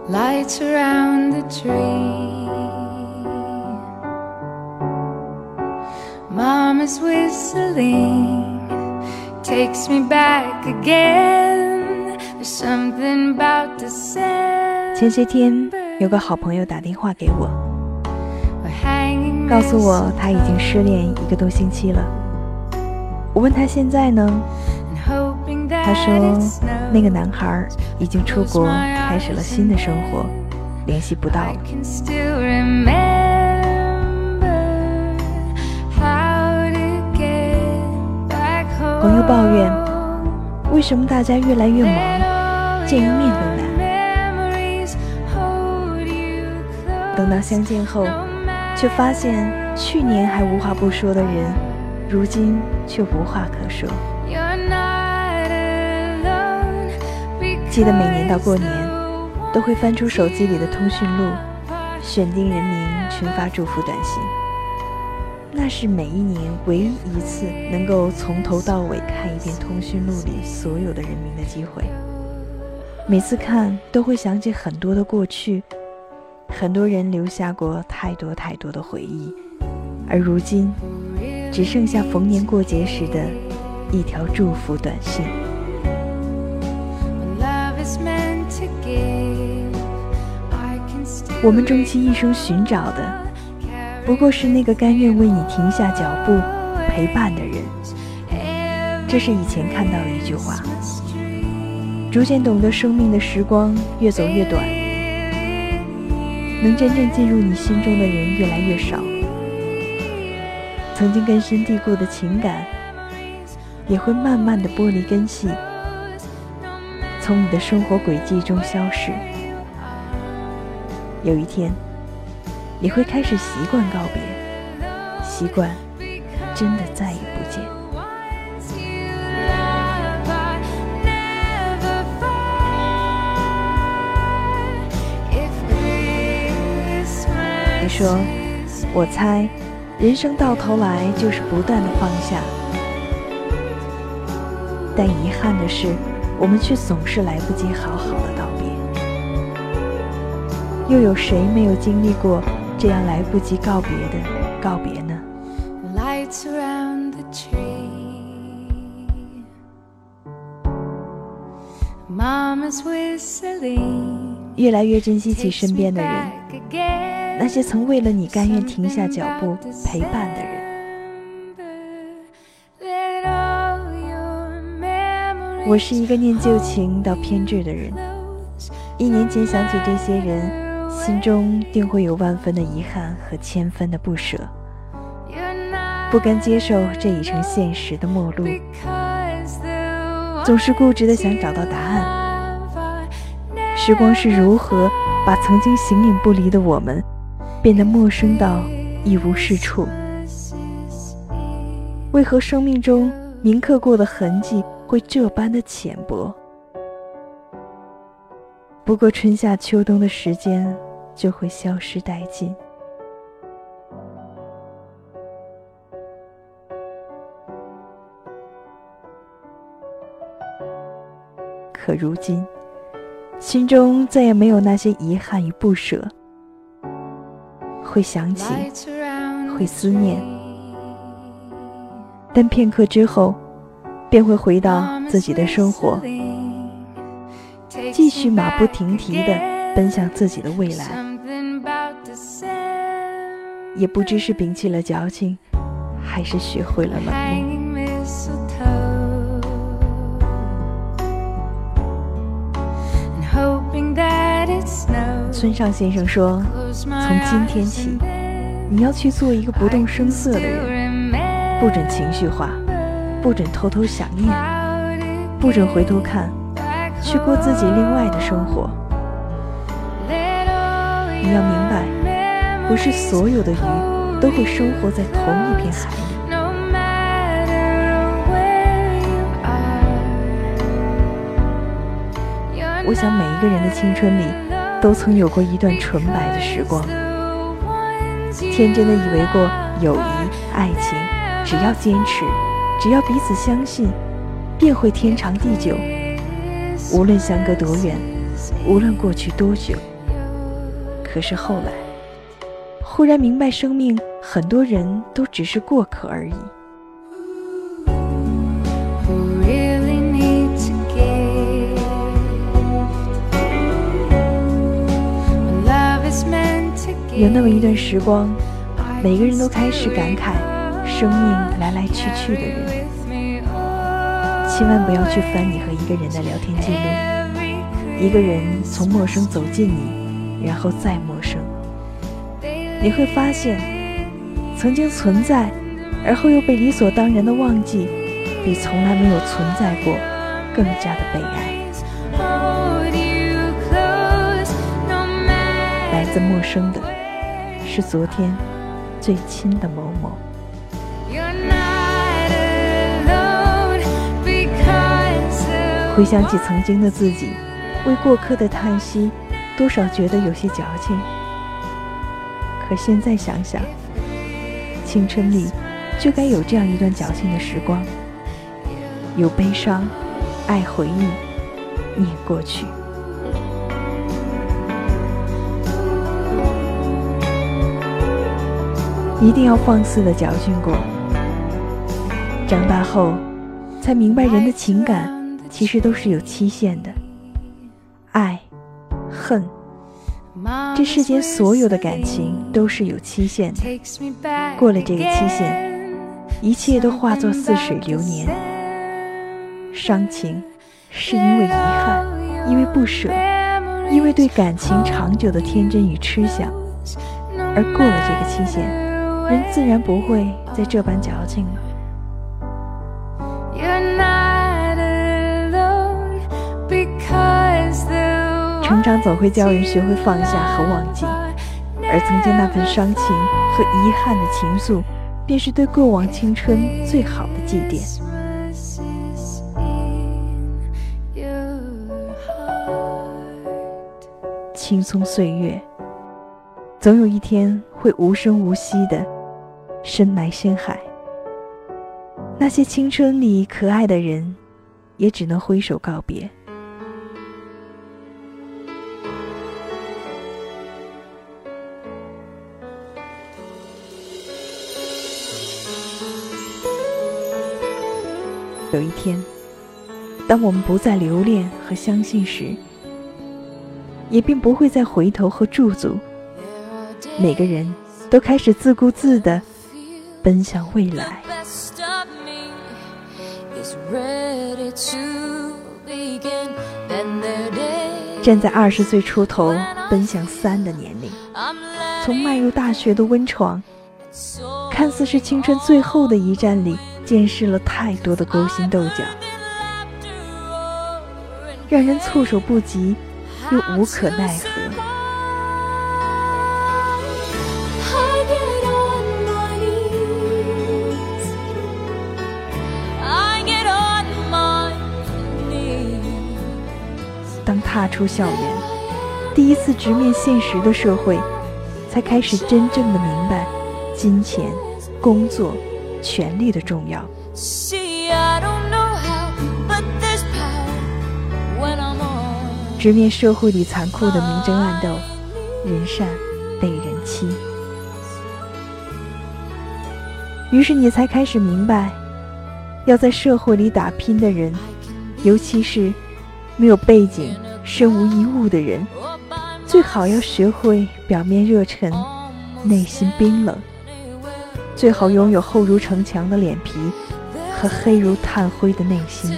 lights around the tree. Mama's whistling takes me back again. There's something about December. 前些天有个好朋友打电话给我，告诉我他已经失恋1个多星期了。我问他现在呢，他说那个男孩已经出国开始了新的生活，联系不到了。朋友抱怨，为什么大家越来越忙，见一面都难。等到相见后，却发现去年还无话不说的人，如今却无话可说。记得每年到过年，都会翻出手机里的通讯录，选定人名群发祝福短信。那是每一年唯一一次能够从头到尾看一遍通讯录里所有的人名的机会。每次看都会想起很多的过去，很多人留下过太多太多的回忆，而如今只剩下逢年过节时的一条祝福短信。我们终其一生寻找的，不过是那个甘愿为你停下脚步陪伴的人。这是以前看到的一句话，逐渐懂得生命的时光越走越短，能真正进入你心中的人越来越少，曾经根深蒂固的情感也会慢慢的剥离根系，从你的生活轨迹中消失。有一天你会开始习惯告别，习惯真的再也不见。你说，我猜人生到头来就是不断的放下，但遗憾的是，我们却总是来不及好好的道别。又有谁没有经历过这样来不及告别的告别呢？越来越珍惜起身边的人，那些曾为了你甘愿停下脚步陪伴的人。我是一个念旧情到偏执的人，1年前想起这些人，心中定会有万分的遗憾和千分的不舍，不甘接受这已成现实的末路，总是固执的想找到答案。时光是如何把曾经形影不离的我们变得陌生到一无是处？为何生命中铭刻过的痕迹会这般的浅薄？不过春夏秋冬的时间就会消失殆尽。可如今，心中再也没有那些遗憾与不舍，会想起，会思念，但片刻之后，便会回到自己的生活，继续马不停蹄地奔向自己的未来。也不知是摒弃了矫情，还是学会了冷漠。村上先生说，从今天起，你要去做一个不动声色的人，不准情绪化，不准偷偷想念，不准回头看，去过自己另外的生活。你要明白，不是所有的鱼都会生活在同一片海里。我想每一个人的青春里都曾有过一段纯白的时光，天真的以为过友谊、爱情，只要坚持，只要彼此相信，便会天长地久。无论相隔多远，无论过去多久， 可是后来忽然明白，生命很多人都只是过客而已。有那么一段时光，每个人都开始感慨生命来来去去的人，千万不要去翻你和一个人的聊天记录，一个人从陌生走近你，然后再陌生，你会发现曾经存在而后又被理所当然的忘记，比从来没有存在过更加的悲哀。来自陌生的是昨天最亲的某某。回想起曾经的自己，为过客的叹息多少觉得有些矫情，可现在想想，青春里就该有这样一段矫情的时光，有悲伤，爱回忆，念过去。一定要放肆地矫情过。长大后才明白，人的情感其实都是有期限的，爱、恨，这世间所有的感情都是有期限的。过了这个期限，一切都化作似水流年。伤情是因为遗憾，因为不舍，因为对感情长久的天真与痴想，而过了这个期限，人自然不会再这般矫情了。成长总会教人学会放下和忘记，而曾经那份伤情和遗憾的情愫，便是对过往青春最好的祭奠。青葱岁月，总有一天会无声无息地深埋深海。那些青春里可爱的人，也只能挥手告别。有一天，当我们不再留恋和相信时，也便不会再回头和驻足。每个人都开始自顾自地奔向未来。站在20岁出头奔向3的年龄，从迈入大学的温床，看似是青春最后的一站里，见识了太多的勾心斗角，让人措手不及又无可奈何。当踏出校园，第一次直面现实的社会，才开始真正的明白金钱、工作、权力的重要。直面社会里残酷的明争暗斗，人善被人欺。于是你才开始明白，要在社会里打拼的人，尤其是没有背景、身无一物的人，最好要学会表面热忱，内心冰冷，最好拥有厚如城墙的脸皮和黑如炭灰的内心。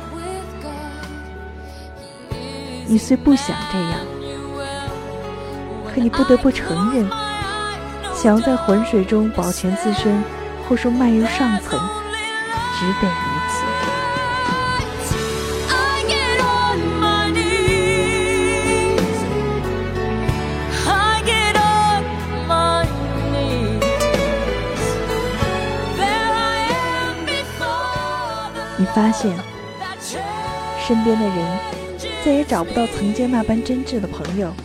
你虽不想这样，可你不得不承认，想要在浑水中保全自身，或说迈入上层，只得如此。你发现身边的人再也找不到曾经那般真挚的朋友，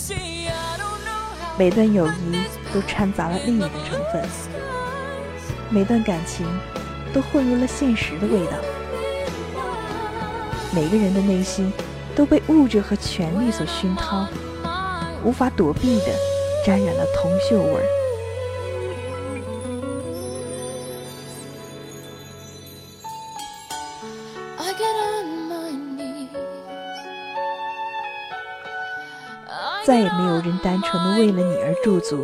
每段友谊都掺杂了利益的成分，每段感情都混入了现实的味道，每个人的内心都被物质和权力所熏陶， 无法躲避地沾染了铜锈味儿。再也没有人单纯的为了你而驻足，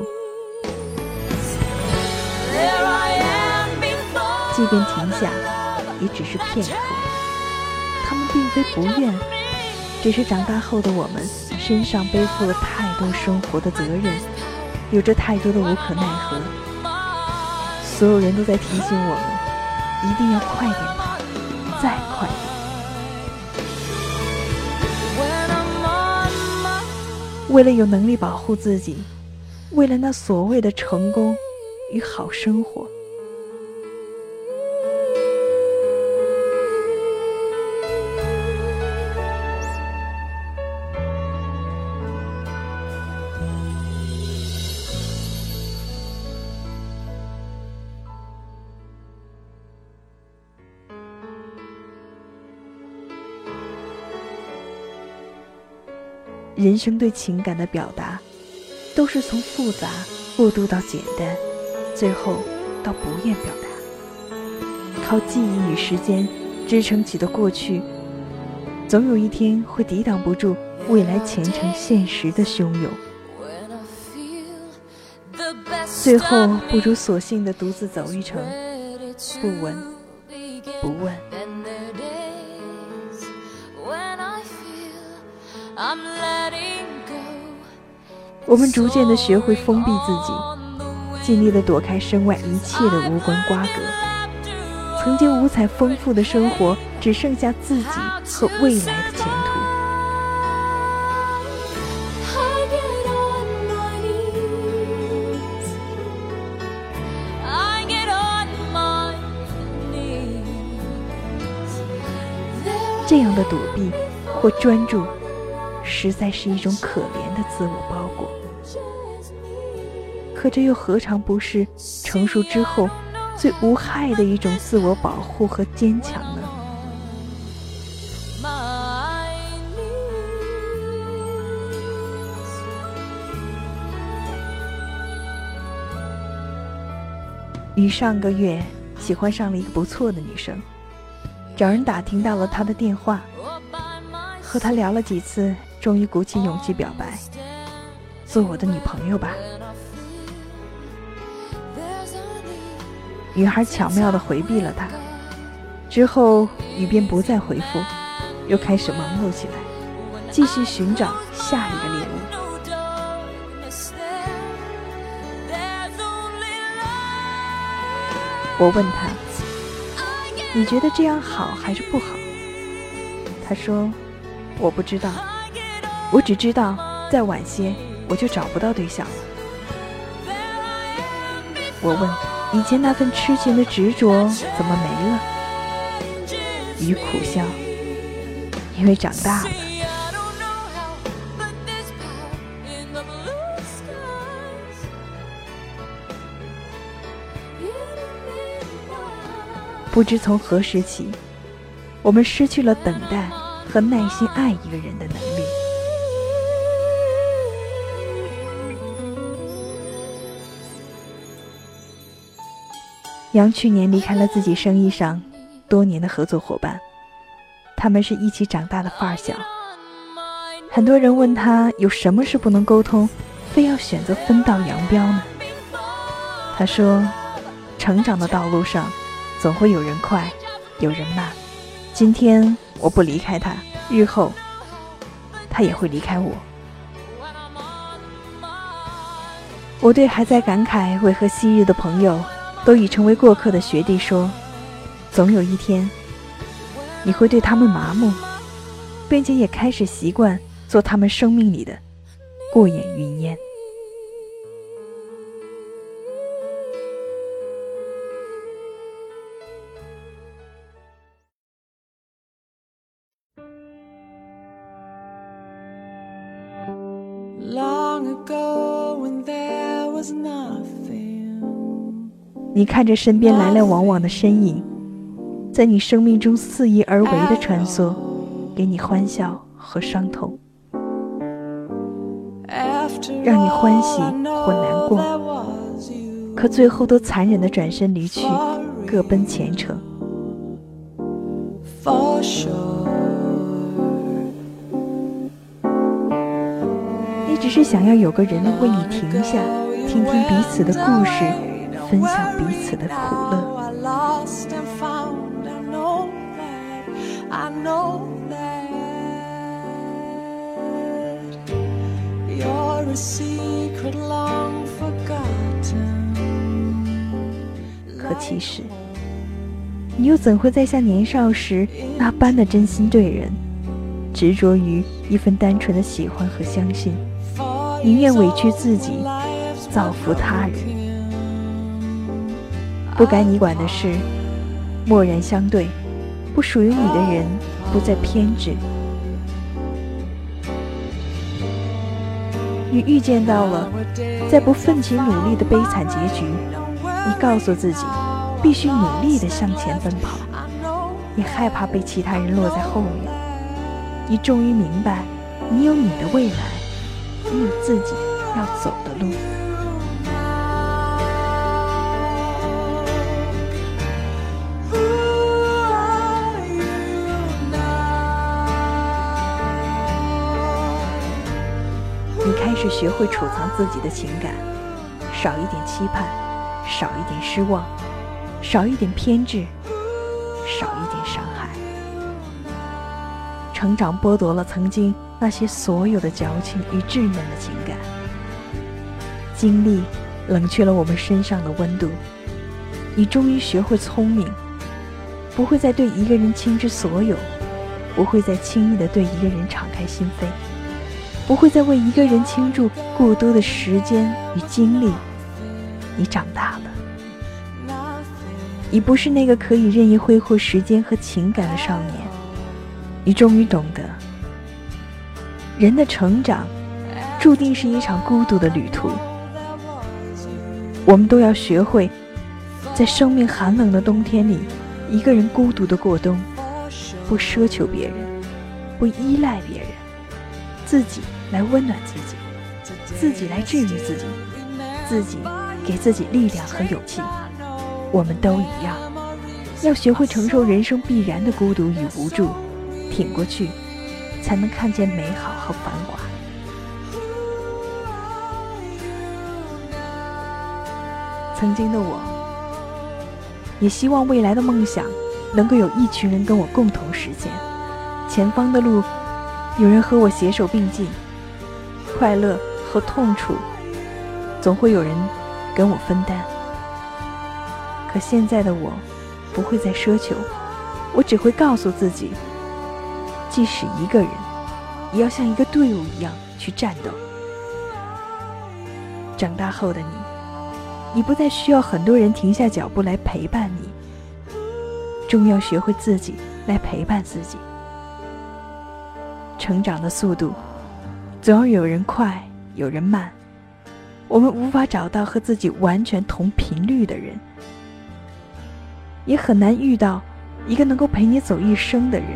即便停下，也只是片刻。他们并非不愿，只是长大后的我们身上背负了太多生活的责任，有着太多的无可奈何。所有人都在提醒我们，一定要快点跑，再快点。为了有能力保护自己，为了那所谓的成功与好生活。人生对情感的表达，都是从复杂过渡到简单，最后到不愿表达。靠记忆与时间支撑起的过去，总有一天会抵挡不住未来前程现实的汹涌。最后不如索性的独自走一程，不闻不问。我们逐渐地学会封闭自己，尽力地躲开身外一切的无关瓜葛。曾经五彩丰富的生活，只剩下自己和未来的前途。这样的躲避或专注，实在是一种可怜的自我包裹。可这又何尝不是成熟之后最无害的一种自我保护和坚强呢？于上个月喜欢上了一个不错的女生，找人打听到了她的电话，和她聊了几次，终于鼓起勇气表白，做我的女朋友吧。女孩巧妙地回避了他，之后雨便不再回复，又开始忙碌起来，继续寻找下一个猎物。我问他，你觉得这样好还是不好？他说，我不知道，我只知道再晚些我就找不到对象了。我问，以前那份痴情的执着怎么没了？雨苦笑，因为长大了。不知从何时起，我们失去了等待和耐心爱一个人的能力。杨去年离开了自己生意上多年的合作伙伴，他们是一起长大的发小。很多人问他有什么是不能沟通，非要选择分道扬镳呢？他说，成长的道路上总会有人快，有人慢。今天我不离开他，日后他也会离开我。我对还在感慨为何昔日的朋友都已成为过客的学弟说，总有一天你会对他们麻木，并且也开始习惯做他们生命里的过眼云烟。你看着身边来来往往的身影，在你生命中肆意而为的穿梭，给你欢笑和伤痛。 让你欢喜或难过，可最后都残忍地转身离去，各奔前程。你只是想要有个人能为你停下，听听彼此的故事，分享彼此的苦乐。可其实，你又怎会再像年少时那般的真心对人，执着于一份单纯的喜欢和相信，宁愿委屈自己，造福他人。不该你管的事，默然相对；不属于你的人，不再偏执。你预见到了再不奋起努力的悲惨结局，你告诉自己必须努力地向前奔跑。你害怕被其他人落在后面，你终于明白，你有你的未来，你有自己要走的路。你开始学会储藏自己的情感，少一点期盼，少一点失望，少一点偏执，少一点伤害。成长剥夺了曾经那些所有的矫情与稚嫩的情感，经历冷却了我们身上的温度。你终于学会聪明，不会再对一个人倾之所有，不会再轻易地对一个人敞开心扉，不会再为一个人倾注过多的时间与精力。你长大了，你不是那个可以任意挥霍时间和情感的少年。你终于懂得，人的成长注定是一场孤独的旅途。我们都要学会在生命寒冷的冬天里，一个人孤独地过冬，不奢求别人，不依赖别人，自己来温暖自己，自己来治愈自己，自己给自己力量和勇气。我们都一样，要学会承受人生必然的孤独与无助，挺过去，才能看见美好和繁华。曾经的我，也希望未来的梦想能够有一群人跟我共同实现，前方的路有人和我携手并进，快乐和痛楚总会有人跟我分担。可现在的我不会再奢求，我只会告诉自己，即使一个人，也要像一个队伍一样去战斗。长大后的你，你不再需要很多人停下脚步来陪伴你，终要学会自己来陪伴自己。成长的速度，总要有人快，有人慢。我们无法找到和自己完全同频率的人，也很难遇到一个能够陪你走一生的人。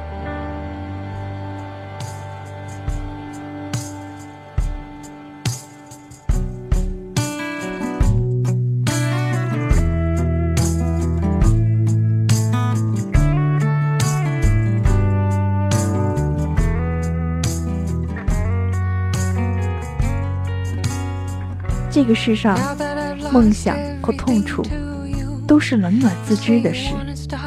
这个世上，梦想和痛楚都是冷暖自知的事。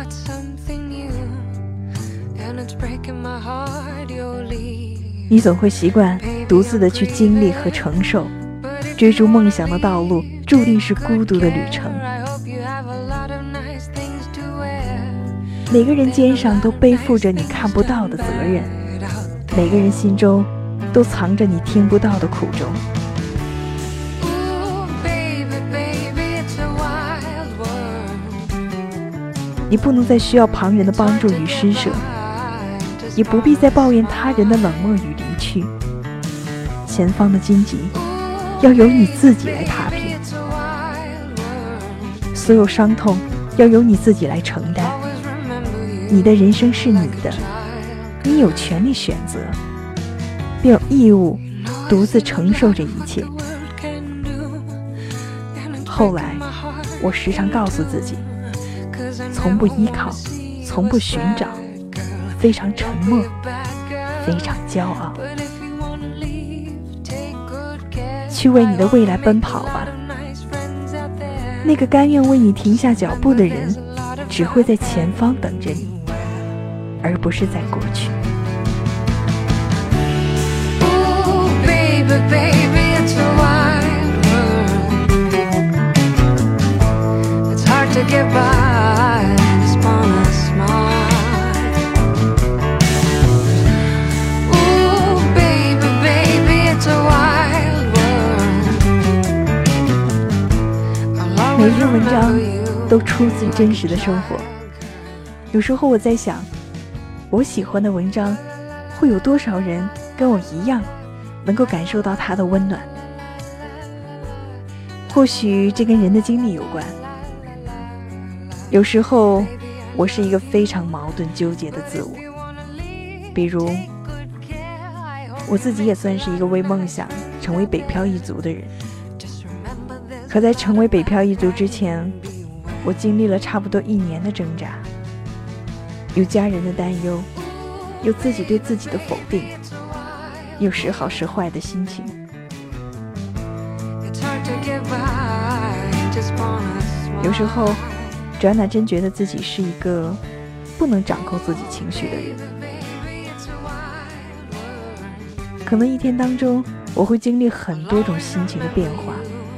你总会习惯独自的去经历和承受，追逐梦想的道路注定是孤独的旅程。每个人肩上都背负着你看不到的责任，每个人心中都藏着你听不到的苦衷。你不能再需要旁人的帮助与施舍，也不必再抱怨他人的冷漠与离去。前方的荆棘要由你自己来踏平，所有伤痛要由你自己来承担。你的人生是你的，你有权利选择，并有义务独自承受着一切。后来我时常告诉自己，从不依靠，从不寻找，非常沉默，非常骄傲。去为你的未来奔跑吧，那个甘愿为你停下脚步的人，只会在前方等着你，而不是在过去。 Baby, it's a wide world. It's hard to get by, just wanna smile. Ooh, baby, it's a wild world. 每一篇文章都出自真实的生活。有时候我在想，我喜欢的文章会有多少人跟我一样能够感受到它的温暖。或许这跟人的经历有关。有时候我是一个非常矛盾纠结的自我，比如我自己也算是一个为梦想成为北漂一族的人，可在成为北漂一族之前，我经历了差不多1年的挣扎，有家人的担忧，有自己对自己的否定，有时好时坏的心情。有时候转哪真觉得自己是一个不能掌控自己情绪的人。可能一天当中我会经历很多种心情的变化，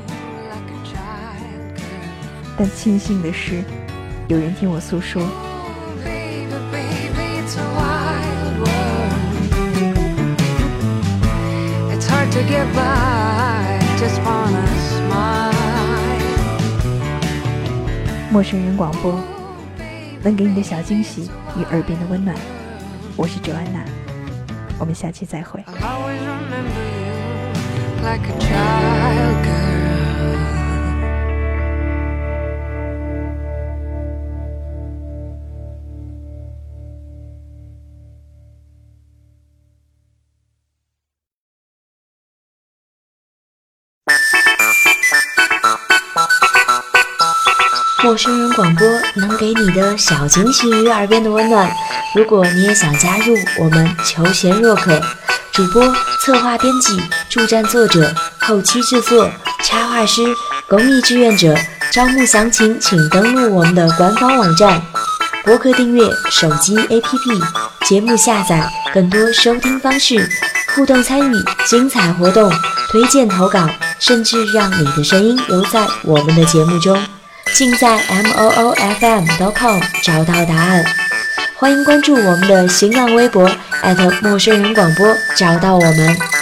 但庆幸的是有人听我诉说。 To get by, just wanna smile. 陌生人广播，能给你的小惊喜与耳边的温暖。我是周安娜，我们下期再会。 I'll always remember you like a child girl. 陌生人广播能给你的小惊喜与耳边的温暖。如果你也想加入，我们求贤若渴。主播、策划、编辑、助战作者、后期制作、插画师、公益志愿者，招募详情请登录我们的官方网站。播客订阅、手机 APP、节目下载、更多收听方式、互动参与、精彩活动、推荐投稿，甚至让你的声音留在我们的节目中。尽在 moofm.com 找到答案。欢迎关注我们的新浪微博陌生人广播，找到我们。